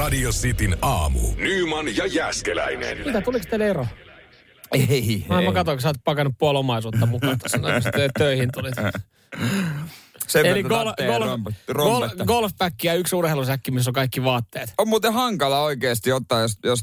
Radio Cityn aamu. Nyman ja Jääskeläinen. Mitä, tuliko teille ero? Ei. Mä katsoin, kun sä oot pakannut puoli omaisuutta mukaan tuossa, töihin tulit. Eli golfbag ja yksi urheilusäkki, missä on kaikki vaatteet. On muuten hankala oikeasti ottaa, jos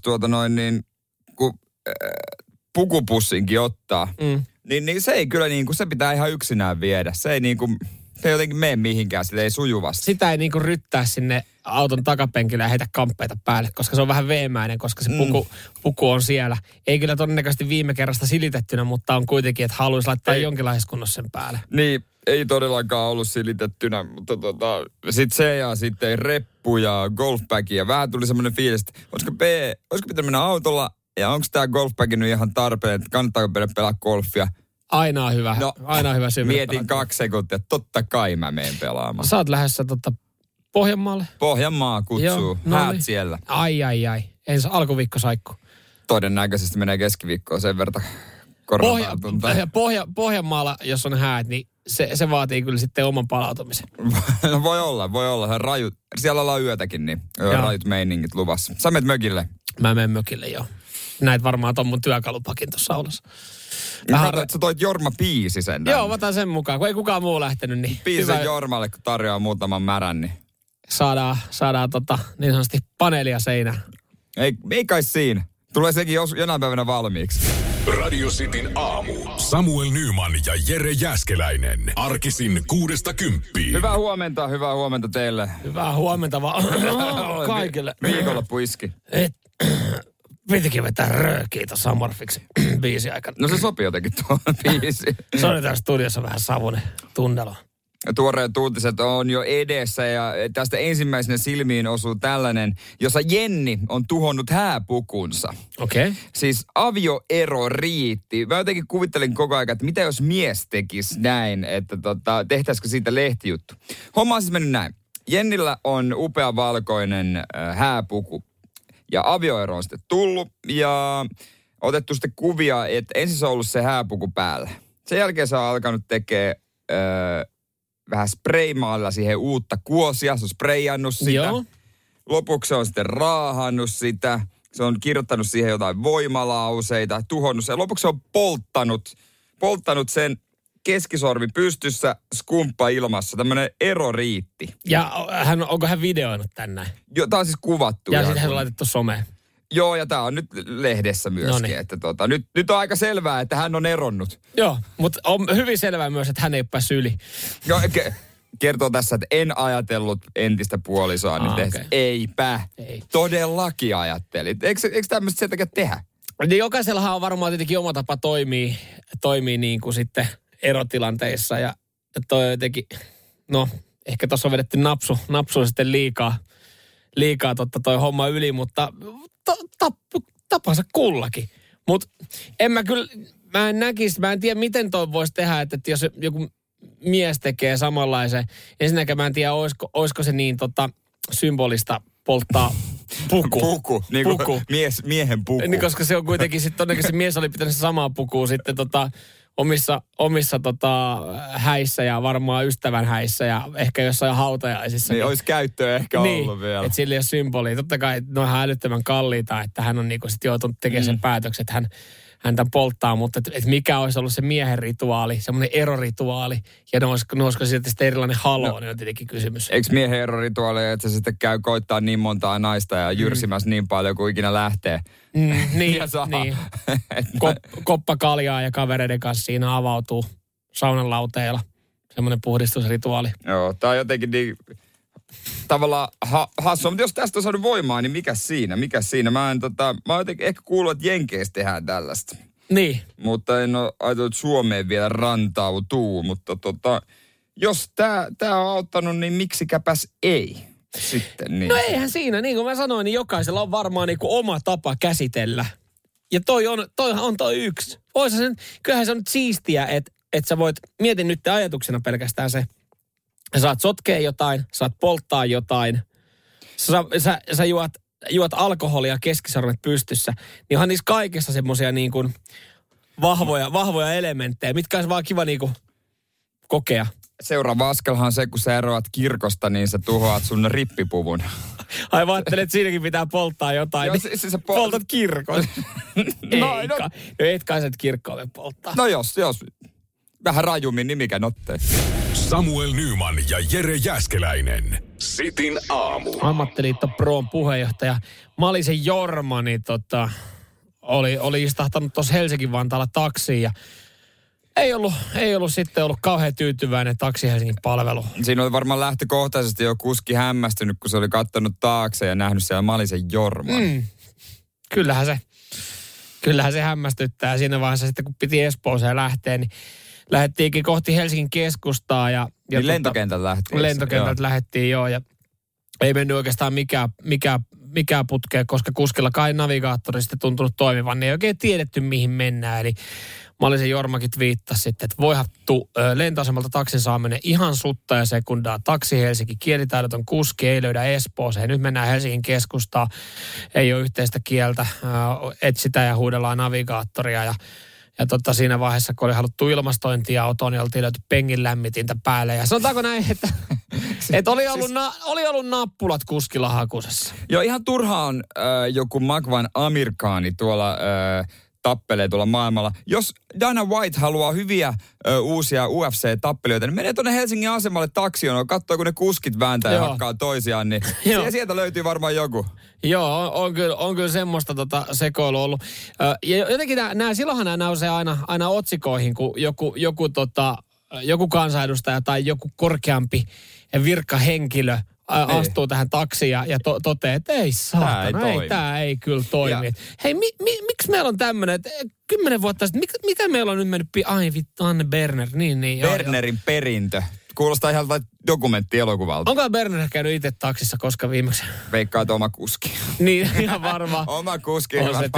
kun pukupussinkin ottaa. Niin se ei kyllä se pitää ihan yksinään viedä. Se ei se ei jotenkin mene mihinkään, sille ei sujuvasti. Sitä ei ryttää sinne auton takapenkille ja heitä kamppeita päälle, koska se on vähän veemäinen, koska se puku on siellä. Ei kyllä todennäköisesti viime kerrasta silitettynä, mutta on kuitenkin, että haluaisi laittaa jonkinlaisessa kunnossa sen päälle. Niin, ei todellakaan ollut silitettynä, mutta sitten se ja sitten reppu ja golfbag ja vähän tuli semmoinen fiilis, että olisiko pitänyt mennä autolla ja onko tämä golfbag nyt ihan tarpeen, että kannattaako pelaa golfia? Aina on hyvä, mietin 2 sekuntia, totta kai mä menen pelaamaan. Sä oot lähdössä Pohjanmaalle? Pohjanmaa kutsuu, joo, häät siellä. Ai. Ensi alkuviikko saikku. Todennäköisesti menee keskiviikkoon sen verran koronaa tuntuu. Pohjanmaalla, jos on häät, niin se vaatii kyllä sitten oman palautumisen. No voi olla. Rajut. Siellä ollaan yötäkin, niin rajut meiningit luvassa. Sä menet mökille? Mä menen mökille, joo. Näet varmaan ton mun työkalupakin tuossa aulassa. Sä toit Jorma Piisisen. Joo, mä otan sen mukaan. Kun ei kukaan muu lähtenyt, niin Piisisen Jormalle, kun tarjoaa muutaman märän, niin saadaan niin sanotusti paneelia seinään. Ei kai siinä. Tulee sekin jonain päivänä valmiiksi. Radio Cityn aamu. Samuel Nyman ja Jere Jääskeläinen. Arkisin 6–10. Hyvää huomenta teille. Hyvää huomenta vaan kaikille. Viikonloppuiski. Pitikin vetää röökiä tuossa Amorfiksen biisin aikana. No se sopii jotenkin tuo biisi. Se oli täällä studiossa vähän savunen tunnelma. Tuoreet uutiset on jo edessä ja tästä ensimmäisenä silmiin osuu tällainen, jossa Jenni on tuhonnut hääpukunsa. Okei. Okay. Siis avioero riitti. Mä jotenkin kuvittelin koko ajan, että mitä jos mies tekisi näin, että tehtäisikö siitä lehtijuttu. Homma on siis mennyt näin. Jennillä on upea valkoinen hääpuku. Ja avioero on sitten tullut ja otettu sitten kuvia, että ensin se on ollut se hääpuku päällä. Sen jälkeen se on alkanut tekemään vähän spraymaalla siihen uutta kuosia. Se on sprayannut sitä. Joo. Lopuksi se on sitten raahannut sitä. Se on kirjoittanut siihen jotain voimalauseita, tuhonnut sen. Lopuksi se on polttanut sen keskisormi pystyssä, skumppa ilmassa. Tämmöinen ero riitti. Ja onko hän videoinut tänne? Joo, tää on siis kuvattu. Ja sitten hän on laitettu someen. Joo, ja tää on nyt lehdessä myöskin. Noniin. Että nyt on aika selvää, että hän on eronnut. Joo, mutta on hyvin selvää myös, että hän ei päässyt yli. Joo, kertoo tässä, että en ajatellut entistä puolisoa. Okay. Eipä. Ei. Todellakin ajattelit. Eikö tämmöistä sen takia tehdä? Niin jokaisellahan on varmaan tietenkin oma tapa toimii niin kuin sitten erotilanteissa. Ja toi jotenkin, ehkä tuossa on vedetty napsu sitten liikaa toi homma yli, mutta tapansa kullakin. Mutta mä en tiedä, miten toi voisi tehdä, että jos joku mies tekee samanlaisen. Ensinnäkään mä en tiedä, olisiko se niin symbolista polttaa puku. Puku. Miehen puku. Niin, koska se on kuitenkin sitten todennäköisesti mies oli pitänyt samaa pukua sitten omissa häissä ja varmaan ystävän häissä ja ehkä jossain hautajaisissa. Niin olisi käyttöä ehkä ollut vielä. Että sillä ei ole symbolia. Totta kai ne on älyttömän kalliita, että hän on niinku sitten joutunut tekemään sen päätöksen, että hän tämän polttaa, mutta että mikä olisi ollut se miehen rituaali, semmoinen erorituaali, ja olisiko siitä sitten erilainen haloo, niin on tietenkin kysymys. Eikö miehen erorituaali, että se sitten käy koittaa niin montaa naista ja jyrsimässä niin paljon kuin ikinä lähtee? Niin. Koppa kaljaa ja kavereiden kanssa siinä avautuu saunan lauteella. Semmoinen puhdistusrituaali. Joo, tää on jotenkin niin tavallaan hassua, mutta jos tästä on saanut voimaa, niin mikä siinä? Mä oon jotenkin ehkä kuullut, että Jenkeissä tehdään tällaista. Niin. Mutta en ole ajatellut, että Suomeen vielä rantautuu, mutta jos tää on auttanut, niin miksikäpäs ei sitten. Niin. No eihän siinä, niin kuin mä sanoin, niin jokaisella on varmaan niin kuin oma tapa käsitellä. Ja toihan on toi yksi. Kyllähän se on nyt siistiä, että sä voit, mietin nyt ajatuksena pelkästään se, sä saat sotkea jotain, saat polttaa jotain, sä juot alkoholia keskisormet pystyssä, niin onhan niissä kaikessa semmosia niin kuin vahvoja elementtejä, mitkä olisi vaan kiva niin kuin kokea. Seuraava askelhan on se, kun sä eroat kirkosta, niin sä tuhoat sun rippipuvun. Ai mä ajattelin, että siinäkin pitää polttaa jotain. Joo, niin sä poltat kirkon. No, et kai sä et kirkkoa polttaa. No jos. Vähän rajummin, niin mikä nottee. Samuel Nyman ja Jere Jääskeläinen. Sitin aamu. Ammattiliitto Proon puheenjohtaja Malisen Jorma niin oli istahtanut tuossa Helsinki-Vantaalla taksiin ja ei ollut kauhean tyytyväinen Taksi Helsingin palvelu. Siinä oli varmaan lähtökohtaisesti jo kuski hämmästynyt, kun se oli kattonut taakse ja nähnyt siellä Malisen Jorman. Kyllähän se hämmästyttää. Siinä vaiheessa sitten, kun piti Espooseen lähteä, niin lähdettiinkin kohti Helsingin keskustaa. Niin lentokentältä lähtiin. Lentokentältä lähdettiin, joo. Ja ei mennyt oikeastaan mikään putkeen, koska kuskilla kai navigaattori sitten tuntunut toimivan. Niin ei oikein tiedetty, mihin mennään. Eli Malisen Jormakin twiittasi sitten, että voihattu lentoasemalta taksin saaminen ihan sutta ja sekundaa. Taksi Helsinki, kielitaidoton kuski, ei löydä Espooseen. Nyt mennään Helsingin keskustaan, ei ole yhteistä kieltä, etsitään ja huudellaan navigaattoria. Ja siinä vaiheessa, kun oli haluttu ilmastointia autoon, niin oltiin löyty pengin lämmitintä päälle. Ja sanotaanko näin, että oli ollut nappulat kuskilla hakusessa. Joo, ihan turhaa on joku Magvan Amerikaani tuolla tappelee tuolla maailmalla. Jos Dana White haluaa hyviä uusia UFC-tappelijoita, niin menee tuonne Helsingin asemalle taksioon, katsoo kun ne kuskit vääntää ja hakkaa toisiaan, niin sieltä löytyy varmaan joku. Joo, on kyllä semmoista sekoilua ollut. Ja jotenkin silloinhan nämä nousee aina otsikoihin, kun joku kansanedustaja tai joku korkeampi virkahenkilö astuu tähän taksiin ja toteaa, että ei saatana, tämä ei kyllä toimi. Hei, miksi meillä on tämmöinen, että 10 vuotta sitten, mitä meillä on nyt mennyt, Anne Berner, niin. Bernerin perintö. Kuulostaa ihan dokumenttielokuvalta. Onko Berner käynyt itse taksissa koska viimeksi? Veikkaa, että oma kuski. Niin, ihan varmaan. Oma kuski. On se,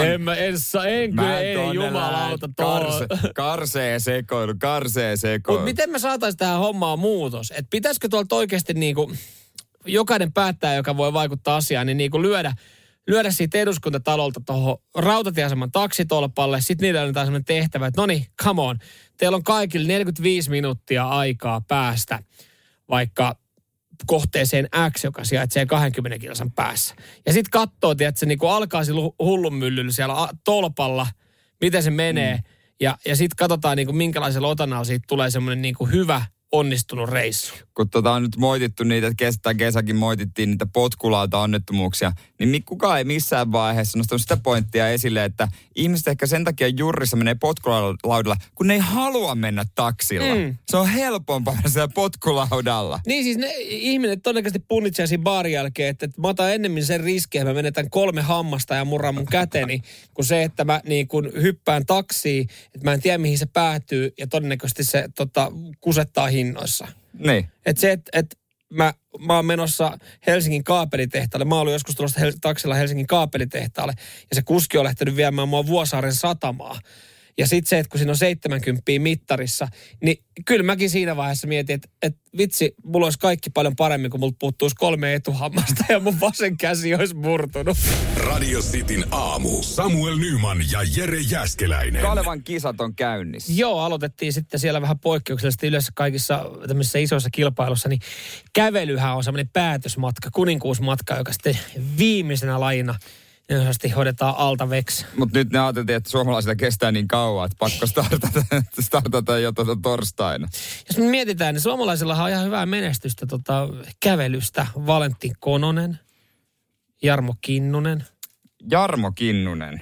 ei jumalauta. Karsee sekoilu. Mutta miten me saataisiin tähän hommaan muutos? Että pitäisikö tuolta oikeasti niinku jokainen päättäjä, joka voi vaikuttaa asiaan, niin niinku lyödä siitä eduskuntatalolta tuohon rautatieaseman taksitolpalle. Sitten niillä annetaan sellainen tehtävä, että no niin, come on. Teillä on kaikille 45 minuuttia aikaa päästä vaikka kohteeseen X, joka sijaitsee 20 kilsan päässä. Ja sitten katsoo, että se niinku alkaa sillä hullunmyllyllä siellä tolpalla, miten se menee. Ja sitten katsotaan, niinku, minkälaisella otannalla siitä tulee semmoinen niinku hyvä, onnistunut reissu. Kun on nyt moitittu niitä, kesäkin moitittiin niitä potkulauta-onnettomuuksia, niin kukaan ei missään vaiheessa nostanut sitä pointtia esille, että ihmiset ehkä sen takia jurrissa menee potkulaudalla, kun ne ei halua mennä taksilla. Se on helpompaa mennä siellä potkulaudalla. Niin siis ihminen todennäköisesti punnitsee siinä baarin jälkeen, että mä otan ennemmin sen riskin, että mä menetän 3 hammasta ja murran mun käteni, kuin se, että mä niin kun hyppään taksiin, että mä en tiedä mihin se päätyy ja todennäköisesti se kusettaa hinnoissa. Niin. Että se, että mä oon menossa Helsingin kaapelitehtaalle. Mä oon ollut joskus tulossa taksilla Helsingin kaapelitehtaalle ja se kuski on lähtenyt viemään mua Vuosaaren satamaa. Ja sitten se, että kun siinä on 70 mittarissa, niin kyllä mäkin siinä vaiheessa mietin, että vitsi, mulla olisi kaikki paljon paremmin, kun multa puuttuisi 3 etuhammasta ja mun vasen käsi olisi murtunut. Radio Cityn aamu. Samuel Nyman ja Jere Jääskeläinen. Kalevan kisat on käynnissä. Joo, aloitettiin sitten siellä vähän poikkeuksellisesti yleensä kaikissa tämmöisissä isoissa kilpailussa, niin kävelyhän on semmoinen päätösmatka, kuninkuusmatka, joka sitten viimeisenä lajina niin hoidetaan alta veksi. Mutta nyt ne ajateltiin, että suomalaisilla kestää niin kauan, että pakko startata jo torstaina. Jos me mietitään, niin suomalaisillahan on ihan hyvää menestystä kävelystä. Valentin Kononen, Jarmo Kinnunen. Jarmo Kinnunen.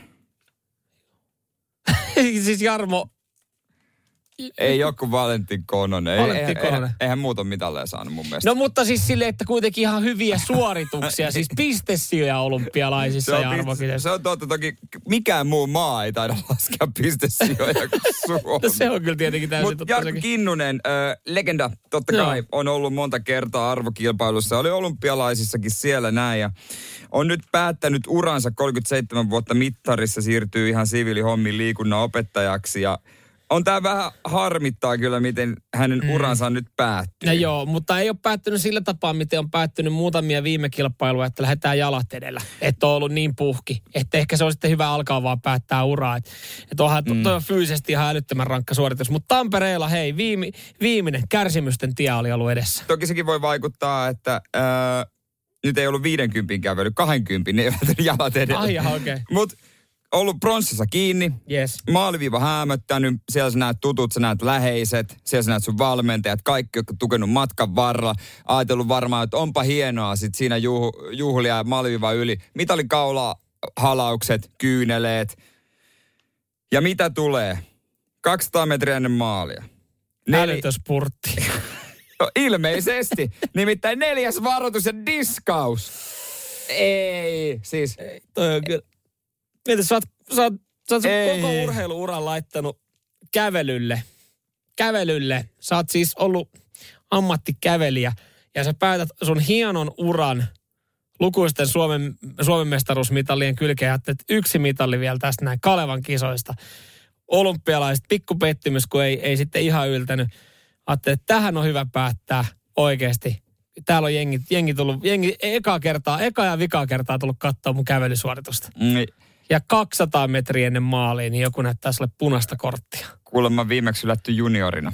Siis Jarmo... Ei joku Valentin Kononen. Kononen. Eihän muuta mitalleja saanut mun mielestä. No mutta siis silleen, että kuitenkin ihan hyviä suorituksia. Siis pistesijoja olympialaisissa Jarmo. Se on totta. Toki mikään muu maa ei taida laskea pistesijoja kuin Suomi. No se on kyllä tietenkin täysin totta. Jarmo Kinnunen, legenda totta kai, on ollut monta kertaa arvokilpailussa. Oli olympialaisissakin siellä näin ja on nyt päättänyt uransa 37 vuotta mittarissa, siirtyy ihan siviilihommiin liikunnan opettajaksi ja on tää vähän harmittaa kyllä, miten hänen uransa on nyt päättynyt. No joo, mutta ei ole päättynyt sillä tapaa, miten on päättynyt muutamia viime kilpailuja, että lähdetään jalat edellä. Että on ollut niin puhki. Että ehkä se on sitten hyvä alkaa vaan päättää uraa. Että onhan toi on fyysisesti ihan älyttömän rankka suoritus. Mutta Tampereella, hei, viimeinen kärsimysten tie oli ollut edessä. Toki sekin voi vaikuttaa, että nyt ei ollut 50 kävely, 20, ne eivät jalat edellä. Ai okei. Okay. Mutta ollut pronssissa kiinni, yes. Maaliviiva häämöttänyt, siellä sä näet tutut, sä näet läheiset, siellä sä näet sun valmentajat, kaikki, jotka tukenut matkan varrella. Ajatellut varmaan, että onpa hienoa sit siinä juhlia maaliviiva yli. Mitalikaula, halaukset, kyyneleet. Ja mitä tulee? 200 metriä ennen maalia. Älytöspurtti. No, ilmeisesti. Nimittäin 4. varoitus ja diskaus. Ei, siis. Ei, toi on kyllä. Mietin, sä oot koko urheiluuran laittanut kävelylle. Sä oot siis ollut ammattikävelijä ja sä päätät sun hienon uran lukuisten Suomen mestaruusmitalien kylkeen. Ajattelet, että yksi mitalli vielä tästä näin Kalevan kisoista. Olympialaiset, pikku pettymys, kun ei sitten ihan yltänyt. Ajattelin, että tähän on hyvä päättää oikeasti. Täällä on jengi tullut, eka ja vikaa kertaa tullut katsoa mun kävelysuoritusta. Ja 200 metriä ennen maaliin, niin joku näyttää sulle punaista korttia. Kuulemma viimeksi ylätty juniorina.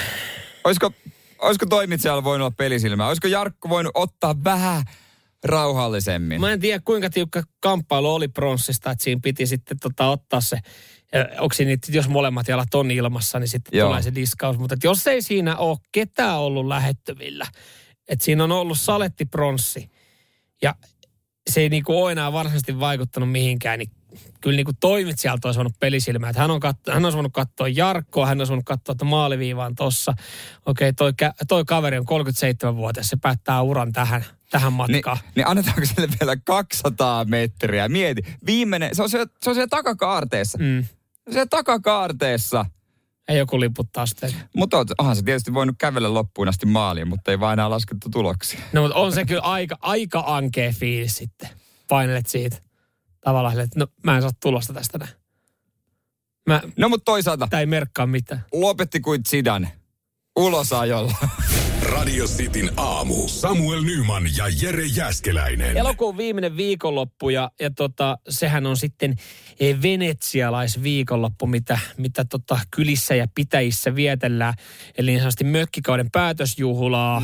Olisiko toimitsijalla voinut olla pelisilmää? Olisiko Jarkko voinut ottaa vähän rauhallisemmin? Mä en tiedä, kuinka tiukka kamppailu oli pronssista, että siinä piti sitten ottaa se. Onko siinä, jos molemmat jalat on ilmassa, niin sitten tulee se diskaus. Mutta jos ei siinä ole ketään ollut lähettyvillä, että siinä on ollut salettipronssi ja se ei niinku ole enää varsinaisesti vaikuttanut mihinkään, niin kyllä niinku toimitsijalta olisi voinut pelisilmää. Että hän olisi voinut katsoa Jarkkoa, hän olisi voinut katsoa, että maaliviiva on tossa. Okei, toi kaveri on 37-vuotias, se päättää uran tähän matkaan. Niin annetaanko sille vielä 200 metriä? Mieti, viimeinen, se on siellä takakaarteessa. Se takakaarteessa. Ei joku liputtaa sitten. Mutta onhan se tietysti voinut kävellä loppuun asti maaliin, mutta ei vaan enää laskettu tuloksia. No, mutta on se kyllä aika ankea fiilis sitten. Painelet siitä. Tavallaan, että no mä en saa tulosta tästä näin. No mutta toisaalta. Tää ei merkkaa mitään. Lopetti kuin Zidane. Ulosajolla. Radio Cityn aamu. Samuel Nyman ja Jere Jääskeläinen. Elokuun viimeinen viikonloppu ja sehän on sitten venetsialaisviikonloppu, mitä kylissä ja pitäjissä vietellään. Eli niin sanotusti mökkikauden päätösjuhlaa,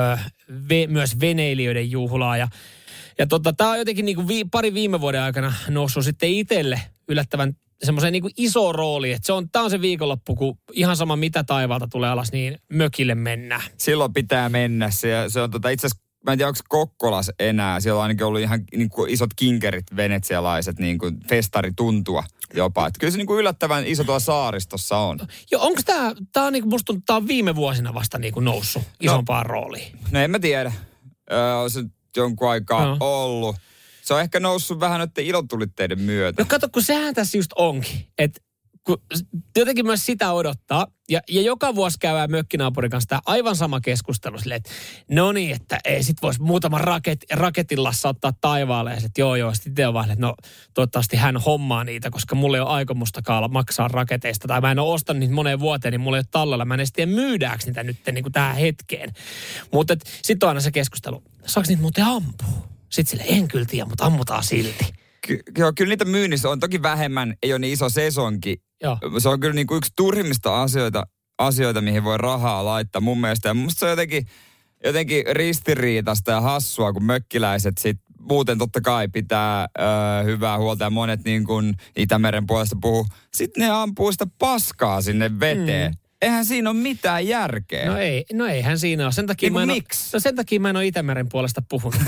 myös veneilijöiden juhlaa. Ja tämä on jotenkin niin kuin pari viime vuoden aikana noussut sitten itselle yllättävän semmoisen niin kuin iso rooli, että tämä on se viikonloppu, kun ihan sama mitä taivaalta tulee alas, niin mökille mennään. Silloin pitää mennä. Se on itse asiassa, mä en tiedä, onko Kokkolas enää. Siellä on ainakin ollut ihan niin kuin isot kinkerit venetsialaiset, niin kuin festarituntua jopa. Että kyllä se niin kuin yllättävän iso tuolla saaristossa on. Joo, onko tämä on niin kuin, musta tuntuu, tämä on viime vuosina vasta niin kuin noussut isompaan rooliin? No en mä tiedä. On se jonkun aikaa ollut. Se on ehkä noussut vähän noiden ilotulitteiden myötä. No kato, kun sehän tässä just onkin. Että jotenkin myös sitä odottaa. Ja joka vuosi käydään mökkinaapurin kanssa tämä aivan sama keskustelu silleen, että no niin, että sit voisi muutaman raketillassa ottaa taivaalle. Ja sitten joo, sitten on vaan, että no toivottavasti hän hommaa niitä, koska mulla ei ole aikomustakaan maksaa raketeista. Tai mä en ole ostanut niitä moneen vuoteen, niin mulla ei ole tallella. Mä en edes tiedä myydäänkö niitä nyt niin kuin tähän hetkeen. Mutta sitten on aina se keskustelu, saako niitä muuten ampua? Sitten sille en kyllä tiedä, mutta ammutaan silti. Kyllä niitä myynnissä on toki vähemmän, ei ole niin iso sesonki. Joo. Se on kyllä niin kuin yksi turhimmista asioita, mihin voi rahaa laittaa mun mielestä. Ja musta se on jotenkin ristiriitasta ja hassua, kun mökkiläiset sit muuten totta kai pitää hyvää huolta ja monet niin kuin Itämeren puolesta puhuu. Sitten ne ampuu sitä paskaa sinne veteen. Eihän siinä ole mitään järkeä. No eihän siinä ole. Sen takia miksi? Sen takia mä en ole Itämeren puolesta puhunut.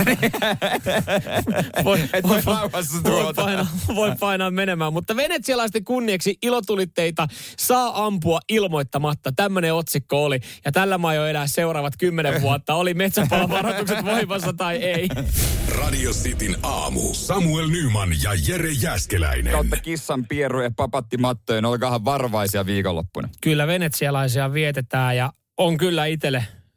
Voi painaa menemään. Mutta venetsialaisten kunniaksi ilotulitteita saa ampua ilmoittamatta. Tämmöinen otsikko oli. Ja tällä mä aion elää seuraavat 10 vuotta. Oli metsäpalovaroitukset voimassa tai ei. Radio Cityn aamu. Samuel Nyman ja Jere Jääskeläinen. Kautta kissan pieru ja papattimattojen. Olkaahan varovaisia viikonloppuna. Kyllä venetsialaisia vietetään ja on kyllä itselle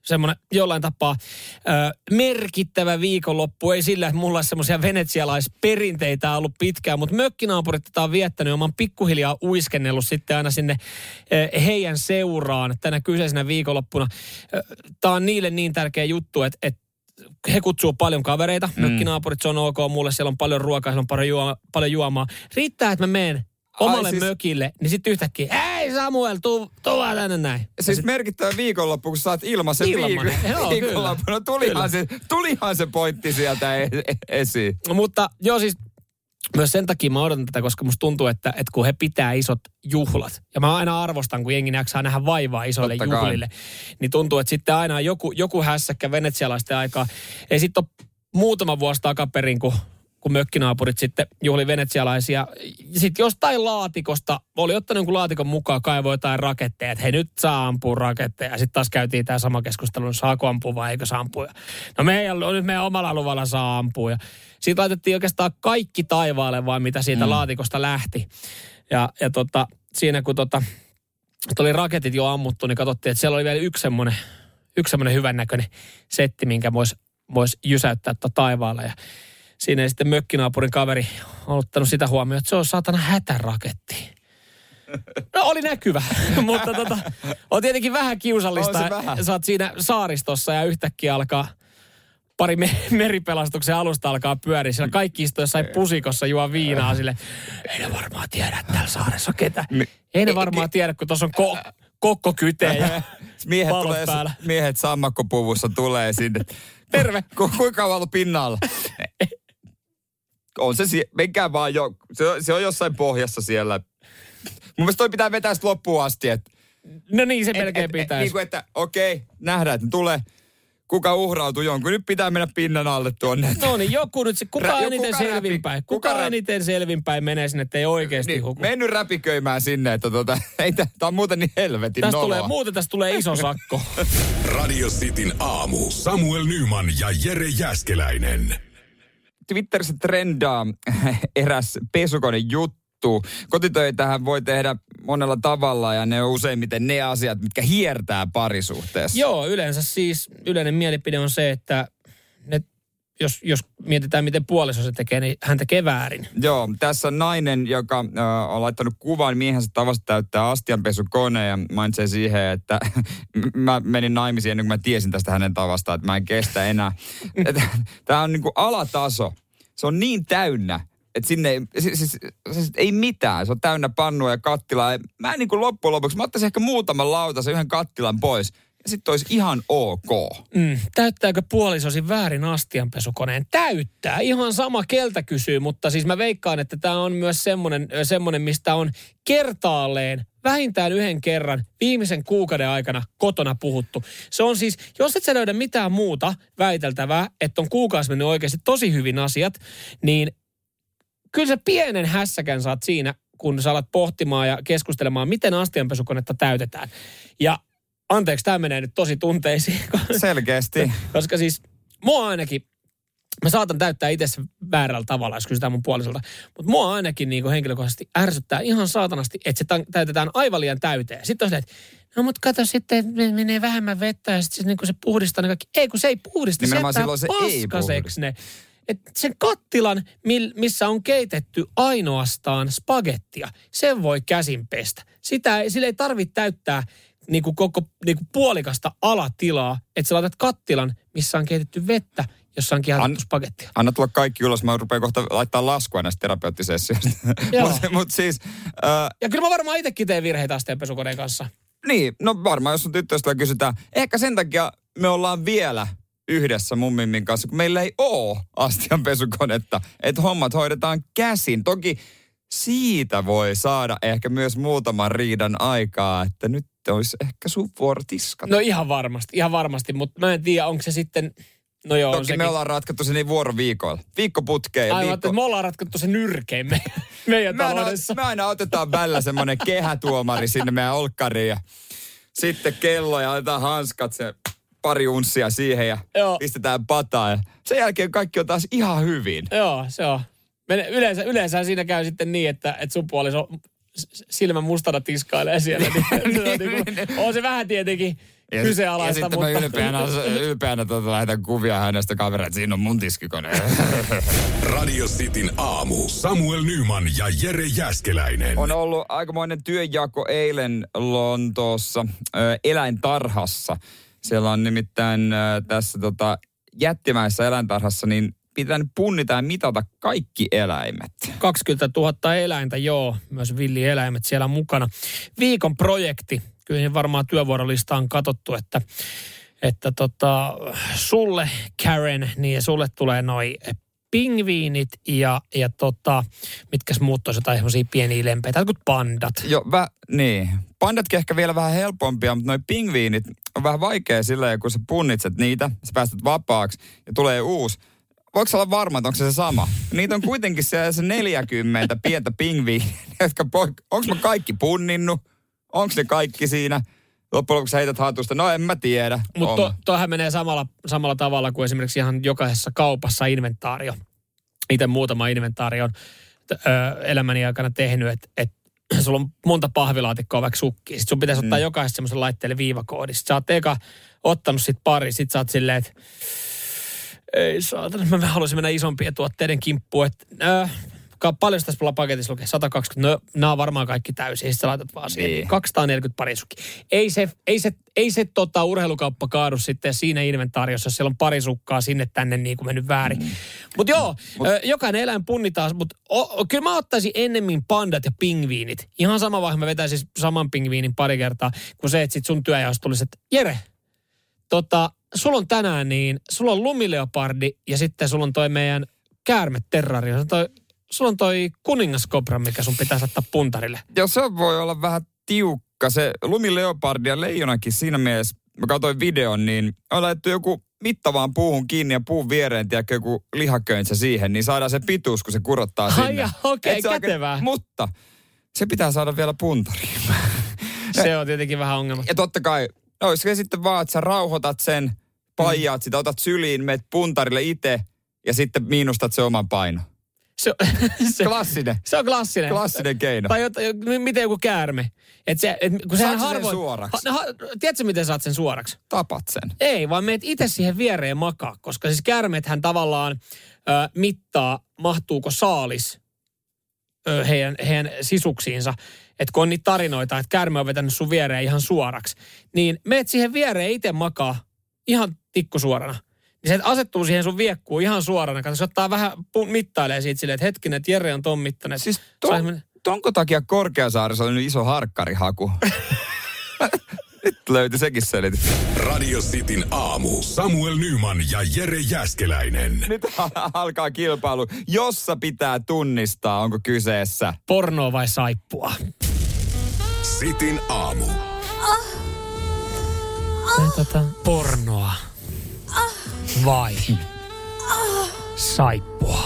semmoinen jollain tapaa merkittävä viikonloppu. Ei sillä, että mulla olisi semmoisia venetsialaisperinteitä ollut pitkään, mutta mökkinaapurit tätä on viettänyt ja mä oon pikkuhiljaa uiskennellut sitten aina sinne heidän seuraan tänä kyseisenä viikonloppuna. Tää on niille niin tärkeä juttu, että he kutsuu paljon kavereita. Mökkinaapurit, se on ok mulle, siellä on paljon ruokaa, siellä on paljon juomaa. Riittää, että mä menen omalle mökille, niin sitten yhtäkkiä, hei Samuel, tuu vaan tänne näin. Siis merkittävä viikonloppu, kun saat ilmaisen viikonloppuna. Tulihan se pointti sieltä esiin. Mutta joo, siis myös sen takia mä odotan tätä, koska musta tuntuu, että kun he pitää isot juhlat, ja mä aina arvostan, kun jengi jaksaa nähdä vaivaa isoille juhlille, niin tuntuu, että sitten aina on joku hässäkkä venetsialaisten aikaa. Ei sitten ole muutama vuosi takaperin, kun mökkinaapurit sitten juhli venetsialaisia. Sitten jostain laatikosta, oli ottanut jonkun laatikon mukaan, kaivoi jotain raketteja, että hei nyt saa ampua raketteja. Sitten taas käytiin tämä sama keskustelu, saako ampua vai eikö saa ampua. No nyt meidän omalla luvalla saa ampua. Ja siitä laitettiin oikeastaan kaikki taivaalle vaan, mitä siitä laatikosta lähti. Ja siinä kun oli raketit jo ammuttu, niin katsottiin, että siellä oli vielä yksi semmoinen hyvännäköinen setti, minkä voisi jysäyttää taivaalle. Ja siinä ei sitten mökkinaapurin kaveri on ottanut sitä huomioon, että se on saatana hätäraketti. No oli näkyvä, mutta on tietenkin vähän kiusallista. Sä oot siinä saaristossa ja yhtäkkiä alkaa pari meripelastuksen alusta alkaa pyöriä. Siellä kaikki istuu jossain pusikossa juo viinaa sille. Ei ne varmaan tiedä, että täällä saaressa ketä. Ei ne varmaan tiedä, kun tuossa on kokkokyte ja valot päällä. Miehet sammakkopuvussa tulee sinne. Terve. Kuinka kauan ollut pinnalla? On se, menkää vaan jo, se on jossain pohjassa siellä. Mun mielestä toi pitää vetää sitä loppuun asti. No niin, se melkein pitäisi. Niin kuin, että okei, nähdään, että tulee. Kuka uhrautuu jonkun? Nyt pitää mennä pinnan alle tuonne. No niin, joku nyt, kuka selvinpäin? Kuka eniten selvinpäin menee sinne, että ei oikeasti niin, huku? Mennyt räpiköimään sinne, että tää on muuten niin helvetin noloa. Tästä tulee iso sakko. Radio Cityn aamu. Samuel Nyman ja Jere Jääskeläinen. Twitterissä trendaa eräs pesukonejuttu. Kotitöitähän voi tehdä monella tavalla ja ne on useimmiten ne asiat, mitkä hiertää parisuhteessa. Joo, yleensä siis yleinen mielipide on se, että jos mietitään, miten puoliso se tekee, niin hän tekee väärin. Joo, tässä on nainen, joka on laittanut kuvan miehensä tavasta täyttää astianpesukone ja mainitsee siihen, että mä menin naimisiin ennen kuin mä tiesin tästä hänen tavastaan, että mä en kestä enää. Tämä on niin kuin alataso. Se on niin täynnä, että sinne ei mitään. Se on täynnä pannua ja kattilaa. Mä niin kuin loppujen lopuksi, mä ottaisin ehkä muutaman lautasen, yhden kattilan pois. Ja sitten olisi ihan ok. Täyttääkö puolisosi väärin astianpesukoneen? Täyttää. Ihan sama keltä kysyy, mutta siis mä veikkaan, että tämä on myös semmoinen, mistä on kertaalleen vähintään yhden kerran viimeisen kuukauden aikana kotona puhuttu. Se on siis, jos et sä löydä mitään muuta väiteltävää, että on kuukausi mennyt oikeasti tosi hyvin asiat, niin kyllä sä pienen hässäkän saat siinä, kun sä alat pohtimaan ja keskustelemaan, miten astianpesukonetta täytetään. Ja anteeksi, tämä menee nyt tosi tunteisiin. Selkeästi. Koska siis mua ainakin, mä saatan täyttää itse väärällä tavalla, jos kysytään mun puolisolta. Mutta mua ainakin niin kuin henkilökohtaisesti ärsyttää ihan saatanasti, että se täytetään aivan liian täyteen. Sitten on se, että no mutta kato sitten, menee vähemmän vettä ja sitten niin kun se puhdistaa ne kaikki. Ei kun se ei puhdista, se jättää paskaseksi ne. Että sen kattilan, missä on keitetty ainoastaan spagettia, sen voi käsin pestä. Sillä ei tarvitse täyttää niinku puolikasta alatilaa, että sä laitat kattilan, missä on keitetty vettä, jossa on kiehdottu spagettia. Anna tulla kaikki ylös, mä rupean kohta laittaa laskua näistä terapeuttisessioista. Mut siis... Ja kyllä mä varmaan itsekin teen virheitä astianpesukoneen kanssa. Niin, no varmaan jos sun tyttöystävä kysytään. Ehkä sen takia me ollaan vielä yhdessä mun mimmin kanssa, kun meillä ei ole astianpesukonetta, että hommat hoidetaan käsin. Toki siitä voi saada ehkä myös muutaman riidan aikaa, että nyt olisi ehkä sun vuoro tiskata. No ihan varmasti, mutta mä en tiedä, onko se sitten... No joo, toki me ollaan ratkattu se niin vuoroviikoilla. Viikkoputkeen. Aivan, että me ollaan ratkattu se nyrkein meidän taloudessa. Me aina otetaan välillä semmoinen kehätuomari sinne meidän olkkariin ja sitten kello ja otetaan hanskat, se pari unssia siihen ja pistetään pataan. Ja sen jälkeen kaikki on taas ihan hyvin. Joo, se on. Yleensä siinä käy sitten niin, että sun puoliso silmän mustana tiskailee siellä. On se vähän tietenkin kyseenalaista. Ja sitten mä ylpeänä lähetän kuvia hänestä kavereita, että siinä on mun tiskikone. Radio Cityn aamu. Samuel Nyman ja Jere Jääskeläinen. On ollut aikamoinen työnjako eilen Lontoossa eläintarhassa. Siellä on nimittäin tässä jättimäisessä eläintarhassa niin pitää punnita ja mitata kaikki eläimet. 20 000 eläintä, joo. Myös villieläimet siellä mukana. Viikon projekti. Kyllä varmaan työvuorolista on katsottu, että sulle, Karen, niin sulle tulee noi pingviinit ja mitkäs muut olisi jotain semmoisia pieniä lempeitä, kuin pandat. Joo, niin. Pandatkin ehkä vielä vähän helpompia, mutta noi pingviinit on vähän vaikea silleen, kun sä punnitset niitä, sä päästät vapaaksi ja tulee uusi. Voiko olla varma, että onko se sama? Niitä on kuitenkin se 40 pientä pingviiniä, jotka onko mä kaikki punninnut? Onko ne kaikki siinä? Loppujen lopuksi heität hatusta. No en mä tiedä. Mutta toihan menee samalla tavalla kuin esimerkiksi ihan jokaisessa kaupassa inventaario. Itse muutama inventaario on elämäni aikana tehnyt, että sulla on monta pahvilaatikkoa vaikka sukkia. Sitten sun pitäisi ottaa jokaisesta semmoisen laitteelle viivakoodi. Sitten sä oot eka ottanut sit pari. Sitten sä oot silleen, että ei saatana, mä haluaisin mennä isompien tuotteiden kimppuun. Paljon tässä paketissa lukee 120, no nämä on varmaan kaikki täysiä, sitten sä laitat vaan siihen. Niin. 240 parisukkia. Ei se urheilukauppa kaadu sitten siinä inventaariossa, jos siellä on parisukkaa sinne tänne niin kuin mennyt väärin. Mutta joo, jokainen eläin punnitaan, mutta kyllä mä ottaisin ennemmin pandat ja pingviinit. Ihan sama vaihe mä vetäisin saman pingviinin pari kertaa, kun se, että sit sun työjaossa tulisi, että Jere, sulla on tänään niin, sulla on lumileopardi ja sitten sulla on toi meidän käärmeterrario. Sulla on toi kuningaskobra, mikä sun pitää saattaa puntarille. Joo, se voi olla vähän tiukka. Se lumileopardi ja leijonakin siinä mielessä, mä katsoin videon, niin on laitettu joku mittavaan puuhun kiinni ja puun viereen, tiedätkö, joku lihaköynsä siihen, niin saadaan se pituus, kun se kurottaa sinne. Okei, kätevää. Mutta se pitää saada vielä puntariin. Se on tietenkin vähän ongelma. Ja totta kai, olisiko sitten vaan, että sä rauhoitat sen, paijaat sitä, otat syliin, meet puntarille itse ja sitten miinustat se oman paino. Klassinen. Se on klassinen. Klassinen keino. Tai miten joku käärme. Kun saatko sen suoraksi? Tiedätkö, miten saat sen suoraksi? Tapat sen. Ei, vaan meet itse siihen viereen makaa. Koska siis käärmeethän tavallaan mittaa, mahtuuko saalis heidän sisuksiinsa. Että kun on niitä tarinoita, että käärme on vetänyt sun viereen ihan suoraksi. Niin meet siihen viereen itse makaa ihan tikkusuorana. Niin se asettuu siihen sun viekkuun ihan suorana. Kato, se ottaa vähän mittailee siitä silleen, että hetkinen, että Jere on ton mittainen. Siis tonko takia Korkeasaaressa on nyt iso harkkarihaku? Nyt löytyi sekin selitys. Radio Cityn aamu. Samuel Nyman ja Jere Jääskeläinen. Nyt alkaa kilpailu, jossa pitää tunnistaa, onko kyseessä pornoa vai saippua. Cityn aamu. Pornoa. Vai saippua?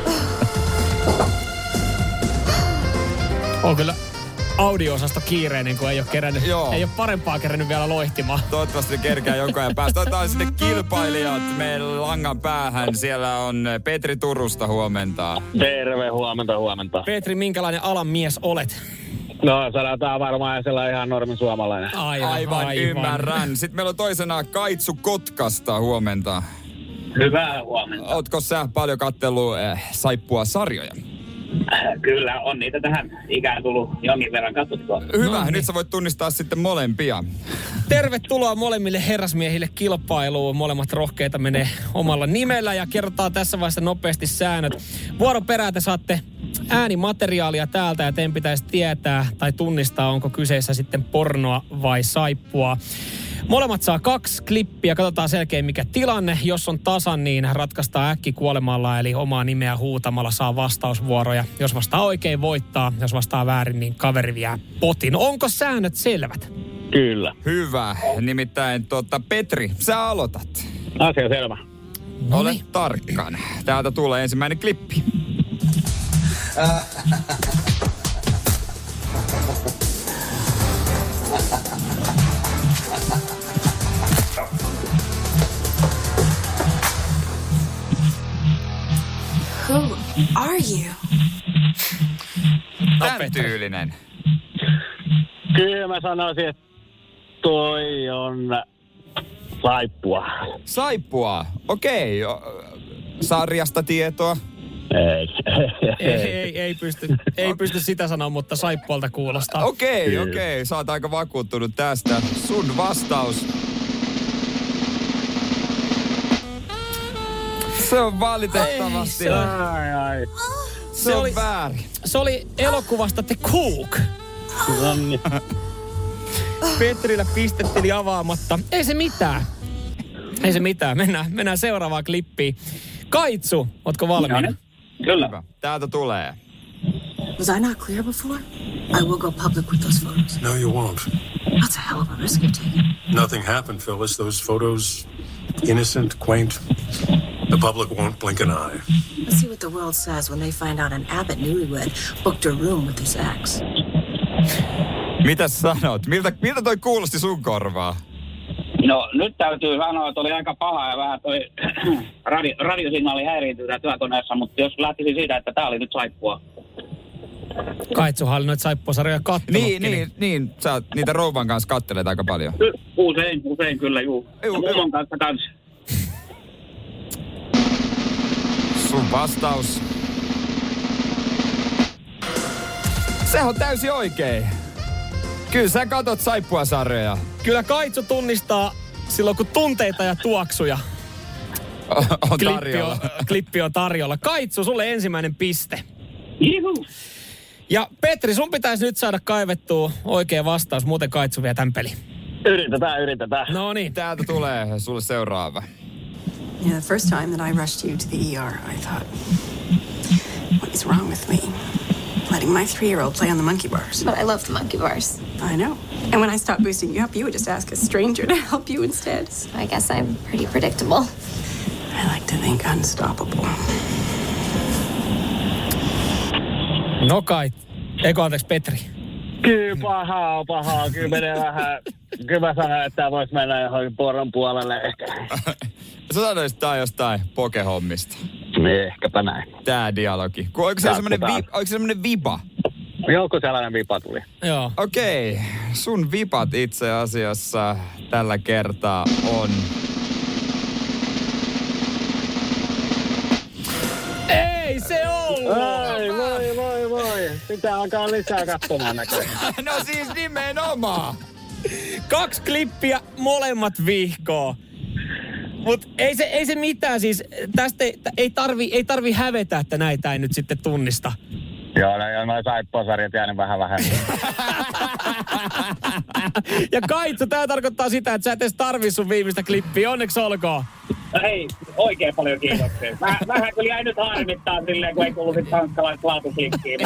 On kyllä audio-osasto kiireinen, kun ei ole kerännyt, ei ole parempaa kerännyt vielä loihtimaan. Toivottavasti kerkää jonkun ajan päästä. Otetaan sitten kilpailijat meidän langan päähän. Siellä on Petri Turusta, huomenta. Terve, huomenta. Petri, minkälainen alan mies olet? No, sanotaan varmaan sellainen ihan normin suomalainen. Aivan, ymmärrän. Sitten meillä on toisena Kaitsu Kotkasta, huomenta. Hyvää huomenta. Ootko sä paljon katsellut saippua sarjoja? Kyllä, on niitä tähän ikään tullut jonkin verran katsottua. Hyvä, nyt sä voit tunnistaa sitten molempia. Tervetuloa molemmille herrasmiehille kilpailuun. Molemmat rohkeita menee omalla nimellä ja kerrotaan tässä vaiheessa nopeasti säännöt. Vuoron perään te saatte äänimateriaalia täältä ja teidän pitäisi tietää tai tunnistaa, onko kyseessä sitten pornoa vai saippua. Molemmat saa 2 klippiä. Katsotaan selkeä mikä tilanne. Jos on tasan, niin ratkaistaan äkkikuolemalla, eli omaa nimeä huutamalla saa vastausvuoroja. Jos vastaa oikein, voittaa. Jos vastaa väärin, niin kaveri vie potin. Onko säännöt selvät? Kyllä. Hyvä. Nimittäin Petri, sä aloitat. Asia selvä. Ole tarkkaan. Täältä tulee ensimmäinen klippi. Who are you? Tän tyylinen. Kyllä mä sanoisin, että Toi on saippua. Saippua, okei. Sarjasta tietoa. Ei pysty sitä sanoa, mutta saippualta kuulostaa. Okei. Sä oot aika vakuuttunut tästä. Sun vastaus. Se on valitettavasti. Se on väärin. Se oli elokuvasta The Cook. Petrillä pistetteli avaamatta. Ei se mitään. Mennään seuraavaan klippiin. Kaitsu, ootko valmiina? Kyllä. Täältä tulee. Was I not clear before? I will go public with those photos. No, you won't. That's a hell of a risk you're taking. Nothing happened, Phyllis. Those photos, innocent, quaint. The public won't blink an eye. Let's see what the world says when they find out an Abbott newlywed booked a room with his ex. Mitäs sanot? Miltä toi kuulosti sun korvaa? No nyt täytyy sanoa, että oli aika paha ja vähän toi radiosignaali häiriintyi tää työkoneessa, mutta jos lähtisin siitä, että tää oli nyt saippua. Kaitsuhan oli noita saippuasarjoja kattonutkin. Niin. Sä oot niitä rouvan kanssa kattelet aika paljon. Usein kyllä, juu. Ja mummon kanssa kans. Sun vastaus. Se on täysin oikein. Kyllä sä katot saippuasarjoja. Kyllä Kaitsu tunnistaa silloin, kun tunteita ja tuoksuja. On tarjolla. Klippi on tarjolla. Kaitsu, sulle ensimmäinen piste. Juhu. Ja Petri, sun pitäisi nyt saada kaivettua oikea vastaus, muuten Kaitsu vie tämän pelin. Yritetään. No niin. Täältä tulee sulle seuraava. Yeah, the first time that I rushed you to the ER, I thought, what is wrong with me? Letting my 3-year-old play on the monkey bars. But I love the monkey bars. I know. And when I stopped boosting you up, you would just ask a stranger to help you instead. So I guess I'm pretty predictable. I like to think unstoppable. No kai. Anteeksi, Petri. Kyllä pahaa. Kyllä menee vähän. Kyllä mä sanon, että tämä voisi mennä johonkin poron puolelle ehkä. Sä sanoisit tää jostain pokehommista. Ehkäpä näin. Tää dialogi. Oliko se semmonen vipa? Joku sellainen vipa tuli. Joo. Okei. Sun vipat itse asiassa tällä kertaa on... Ei se ollut! Voi. Pitää alkaa lisää katsomaan näköjään. No siis nimenomaan. 2 klippiä, molemmat vihkoo. Mut ei se mitään, siis tästä ei tarvi hävetä, että näitä ei nyt sitten tunnista. Joo, noin saippuasarjat jäänyt vähän vähemmän. Ja Kaitsu, tää tarkoittaa sitä, että sä et edes tarvi sun viimeistä klippiä. Onneksi olkoon. Hei, oikein paljon kiitoksia. Vähän kyllä jäi nyt harmittaa silleen, kun ei tullut sit tanskalaista laatuklikkiä.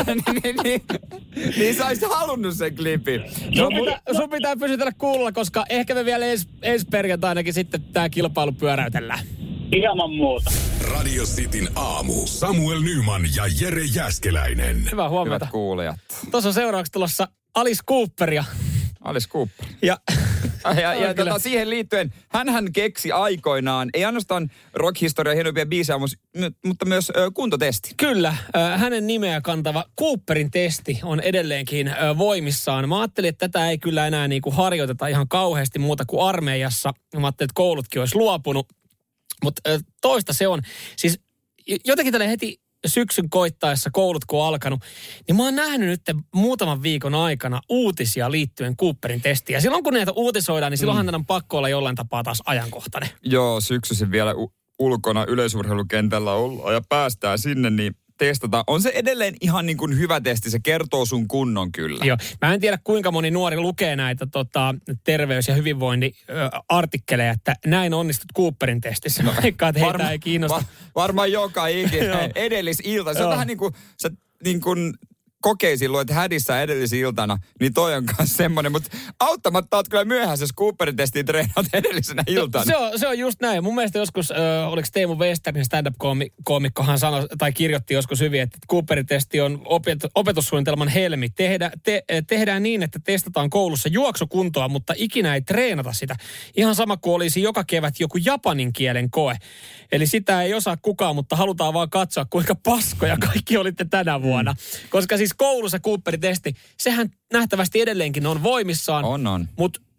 Niin sä olisit halunnut sen klipin. Sun pitää pysytellä kuulolla, koska ehkä me vielä ensi perjantainakin sitten tää kilpailu pyöräytellään. Ilman muuta. Radio Cityn aamu. Samuel Nyman ja Jere Jääskeläinen. Hyvää huomenta. Hyvät kuulijat. Tuossa on seuraavaksi tulossa Alice Cooperia. Alice Cooper. Ja siihen liittyen, hänhän keksi aikoinaan, ei ainoastaan rock-historian hienompia biisejä, mutta myös kuntotesti. Kyllä, hänen nimeä kantava Cooperin testi on edelleenkin voimissaan. Mä ajattelin, että tätä ei kyllä enää niinku harjoiteta ihan kauheasti muuta kuin armeijassa. Mä ajattelin, että koulutkin olisi luopunut. Mutta toista se on. Siis jotenkin tälle heti syksyn koittaessa, koulut kun on alkanut, niin mä oon nähnyt nyt muutaman viikon aikana uutisia liittyen Cooperin testiin. Ja silloin kun näitä uutisoidaan, niin silloinhan tämän on pakko olla jollain tapaa taas ajankohtainen. Joo, syksyisin vielä ulkona yleisurheilukentällä ollaan ja päästään sinne, niin testata. On se edelleen ihan niin kuin hyvä testi, se kertoo sun kunnon kyllä. Joo, mä en tiedä kuinka moni nuori lukee näitä terveys- ja hyvinvointi-artikkeleja, että näin onnistut Cooperin testissä. Vaikka että heitä ei kiinnosta. Varmaan joka ikinen edellisilta. Se on vähän niin kuin, sä niin kuin kokeisiin luet hädissä edellisiltana, niin toi on myös semmoinen. Mutta auttamatta oot kyllä myöhässä, jos Cooperin testiin treenaat edellisenä iltana. Se on just näin. Mun mielestä joskus, oliko Teemu Westernin stand-up-koomikkohan sanoi, tai kirjoitti joskus hyvin, että Cooperin testi on opetussuunnitelman helmi. Tehdään niin, että testataan koulussa juoksukuntoa, mutta ikinä ei treenata sitä. Ihan sama kuin olisi joka kevät joku japanin kielen koe. Eli sitä ei osaa kukaan, mutta halutaan vaan katsoa, kuinka paskoja kaikki olitte tänä vuonna. Koska siis koulussa Cooperin testi, sehän nähtävästi edelleenkin on voimissaan. On. Mutta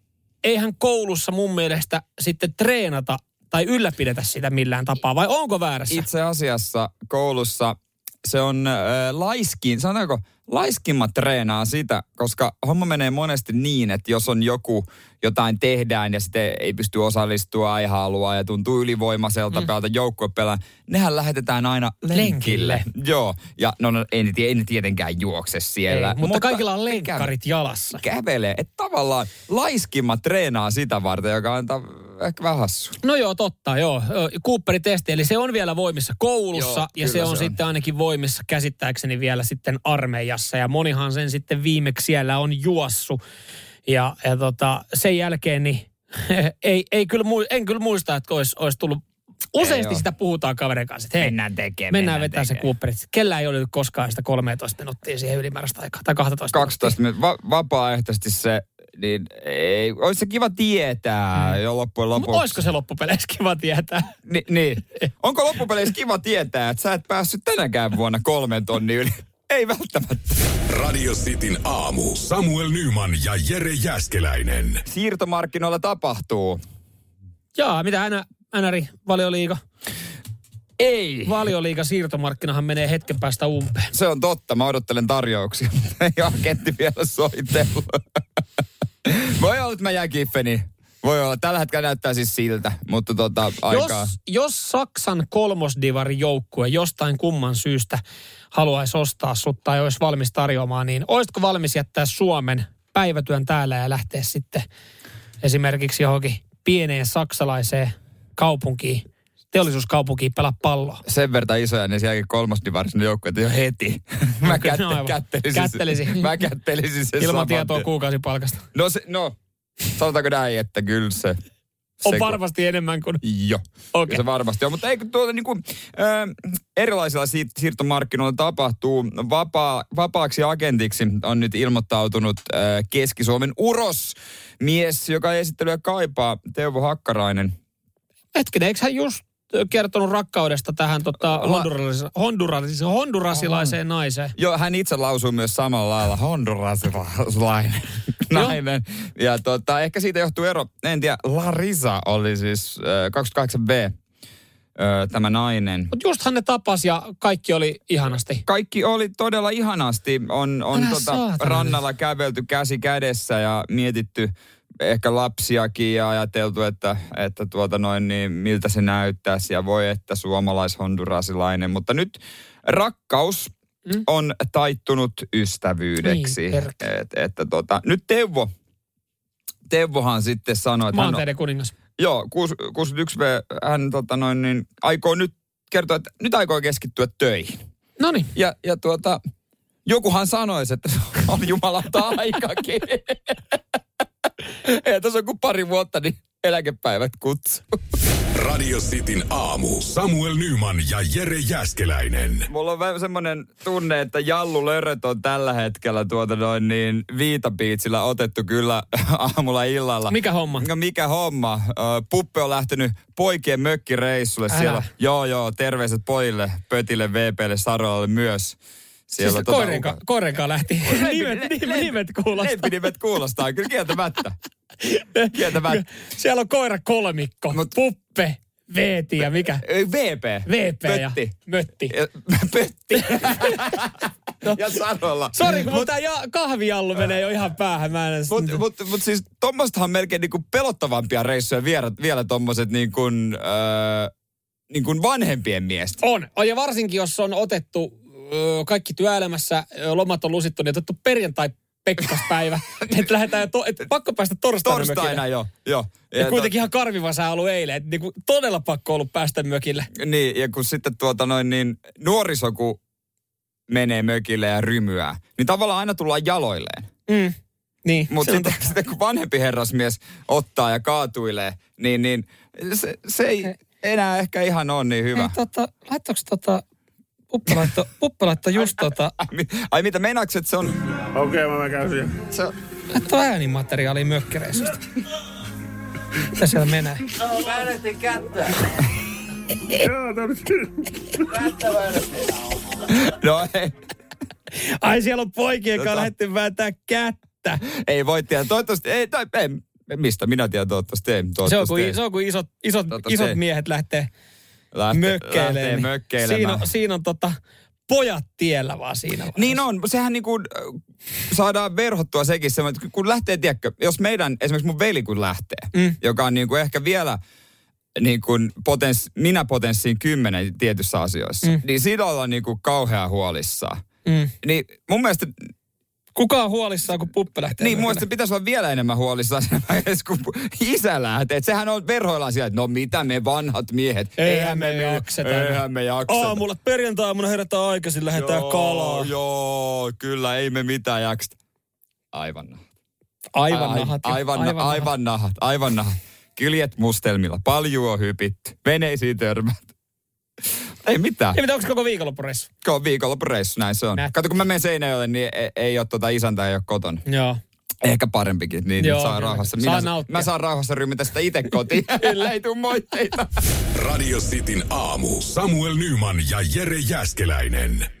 eihän koulussa mun mielestä sitten treenata tai ylläpidetä sitä millään tapaa, vai onko väärässä? Itse asiassa koulussa se on sanotaanko, laiskimmat treenaa sitä, koska homma menee monesti niin, että jos on jotain tehdään ja sitten ei pysty osallistua, ei halua ja tuntuu ylivoimaiselta pelata joukkuepelaa, nehän lähetetään aina lenkille. Joo, ja ei ne tietenkään juokse siellä. Ei, mutta kaikilla on lenkkarit jalassa. Kävelee, että tavallaan laiskimmat treenaa sitä varten, joka antaa ehkä vähän hassu. No joo, totta, joo. Cooperin-testi, eli se on vielä voimissa koulussa, joo, ja se on sitten ainakin voimissa käsittääkseni vielä sitten armeijassa, ja monihan sen sitten viimeksi siellä on juossut. Ja sen jälkeen niin en kyllä muista, että olisi tullut. Useasti sitä puhutaan kaverin kanssa, että hei, mennään vetää se Cooperit. Kellään ei ole koskaan sitä 13 minuuttia siihen ylimääräistä aikaa, tai 12 minuuttia. Vapaaehtoisesti se, niin ei, olisi se kiva tietää jo loppujen lopuksi. Olisiko se loppupeleissä kiva tietää? Niin. Onko loppupeleissä kiva tietää, että sä et päässyt tänäkään vuonna 3 tonnin yli? Ei välttämättä. Radio Cityn aamu. Samuel Nyman ja Jere Jääskeläinen. Siirtomarkkinoilla tapahtuu. Jaa, mitä NRI, Valioliiga? Ei. Valioliiga siirtomarkkinahan menee hetken päästä umpeen. Se on totta, mä odottelen tarjouksia. Ei agentti vielä soitellut. Voi olla, että mä jään kiffeni. Voi olla. Tällä hetkellä näyttää siis siltä, mutta aikaa. Jos Saksan kolmosdivarin joukkue jostain kumman syystä haluaisi ostaa sut tai olisi valmis tarjoamaan, niin olisitko valmis jättää Suomen päivätyön täällä ja lähteä sitten esimerkiksi johonkin pieneen saksalaiseen kaupunkiin, teollisuuskaupunkiin pelaa palloa? Sen verran isoja, niin sielläkin kolmosdivarissa joukkueet jo heti. Mä kättelisin sen ilman tietoa kuukausipalkasta. No, sanotaanko näin, että kyllä se on varmasti enemmän kuin. Joo, okay. Se varmasti on. Mutta eikö erilaisilla siirtomarkkinoilla tapahtuu, vapaaksi agentiksi on nyt ilmoittautunut Keski-Suomen urosmies, joka esittelyä kaipaa, Teuvo Hakkarainen. Hetkinen, eikö hän just kertonut rakkaudesta tähän hondurasilaiseen naiseen? Joo, hän itse lausuu myös samalla lailla hondurasilainen nainen. Ja ehkä siitä johtuu ero. En tiedä, Larisa oli siis 28B tämä nainen. Mutta justhan ne tapas ja kaikki oli ihanasti. Kaikki oli todella ihanasti. On rannalla kävelty käsi kädessä ja mietitty ehkä lapsiakin ja ajateltu, että niin miltä se näyttäisi ja voi, että suomalais-hondurasilainen. Mutta nyt rakkaus on taittunut ystävyydeksi. Niin, nyt Teuvohan sitten sanoi, että maanteiden kuningas. Joo, 61V, hän niin aikoo nyt kertoa, että nyt aikoo keskittyä töihin. Noniin. Ja jokuhan sanoisi, että on jumalauta aikakin. Ei, tässä on kuin pari vuotta, niin eläkepäivät kutsuu. Radio Cityn aamu. Samuel Nyman ja Jere Jääskeläinen. Mulla on vähän semmoinen tunne, että Jallu Löröt on tällä hetkellä Viitabiitsillä otettu kyllä aamulla illalla. Mikä homma? Mikä homma? Puppe on lähtenyt poikien mökkireissulle siellä. Joo, terveiset pojille, Pötille, VPlle, Sarolalle myös. Siellä siis koirenkaan lähti. Nimet kuulostaa. Nimet kuulostaa, kyllä kieltämättä. Siellä on koira kolmikko, Puppe, Veeti ja mikä? VP ja Mötti. Pötti. Ja Sarolla. Sori, kun tämä kahvijallu menee jo ihan päähän. Mutta siis tommostahan melkein niinku pelottavampia reissuja vielä tommoset niin kuin vanhempien miestä. On, ja varsinkin jos on otettu kaikki työelämässä, lomat on lusittu, niin otettu perjantai-pekkaspäivä. Että lähdetään pakko päästä torstaina joo. Ja kuitenkin ihan karviva sää ollut eilen. Että niinku todella pakko ollut päästä mökille. Niin, ja kun sitten nuoriso kun menee mökille ja rymyää, niin tavallaan aina tullaan jaloilleen. Niin. Mutta sitten kun vanhempi herrasmies ottaa ja kaatuilee, niin se ei enää ehkä ihan ole niin hyvä. Laittoiko Puppe laittoi just Ai mitä, meinaatko, että se on... Okei, mä käyn siellä. Laittoi äänimateriaalia mökkireissusta. Mitä siellä menee? Väännettiin kättä. Joo, Kättä väännettiin. No ei. Ai siellä on poikien kanssa lähdetty vääntää kättä. Ei voi tiedä. Toivottavasti, Mistä minä tiedän, toivottavasti ei. Se on kuin isot miehet lähtee mökkeilemään. Siinä on pojat tiellä vaan siinä vaiheessa. Niin on. Sehän niinku saadaan verhottua sekin semmoinen, kun lähtee, tiedätkö, jos esimerkiksi mun veli kun lähtee, joka on niinku ehkä vielä niinku minä potenssiin 10 tietyissä asioissa, niin siitä ollaan niinku kauhean huolissaan. Niin mun mielestä... Kuka on huolissaan, kun puppe lähtee? Niin, mun mielestä pitäisi olla vielä enemmän huolissaan kun isä lähtee. Et sehän on verhoillaan siellä, että no mitä me vanhat miehet. Eihän me jakseta. Aamulla perjantai-aamuna herätään aikaisin, lähdetään kalaa. Joo, kyllä, ei me mitään jakseta. Aivan nahat. Kyljet mustelmilla, paljon on hypitty, veneisiin törmät. Ei mitään. Onko koko viikonloppureissu? Koko viikonloppureissu, näin se on. Kato, kun mä menen Seinäjoelle, niin ei ole isäntä, ei ole kotona. Joo. Ehkä parempikin, niin joo, saa rauhassa. Mä saan rauhassa ryhmitä sitä itse kotiin. Kyllä ei tule moitteita. Radio Cityn aamu. Samuel Nyman ja Jere Jääskeläinen.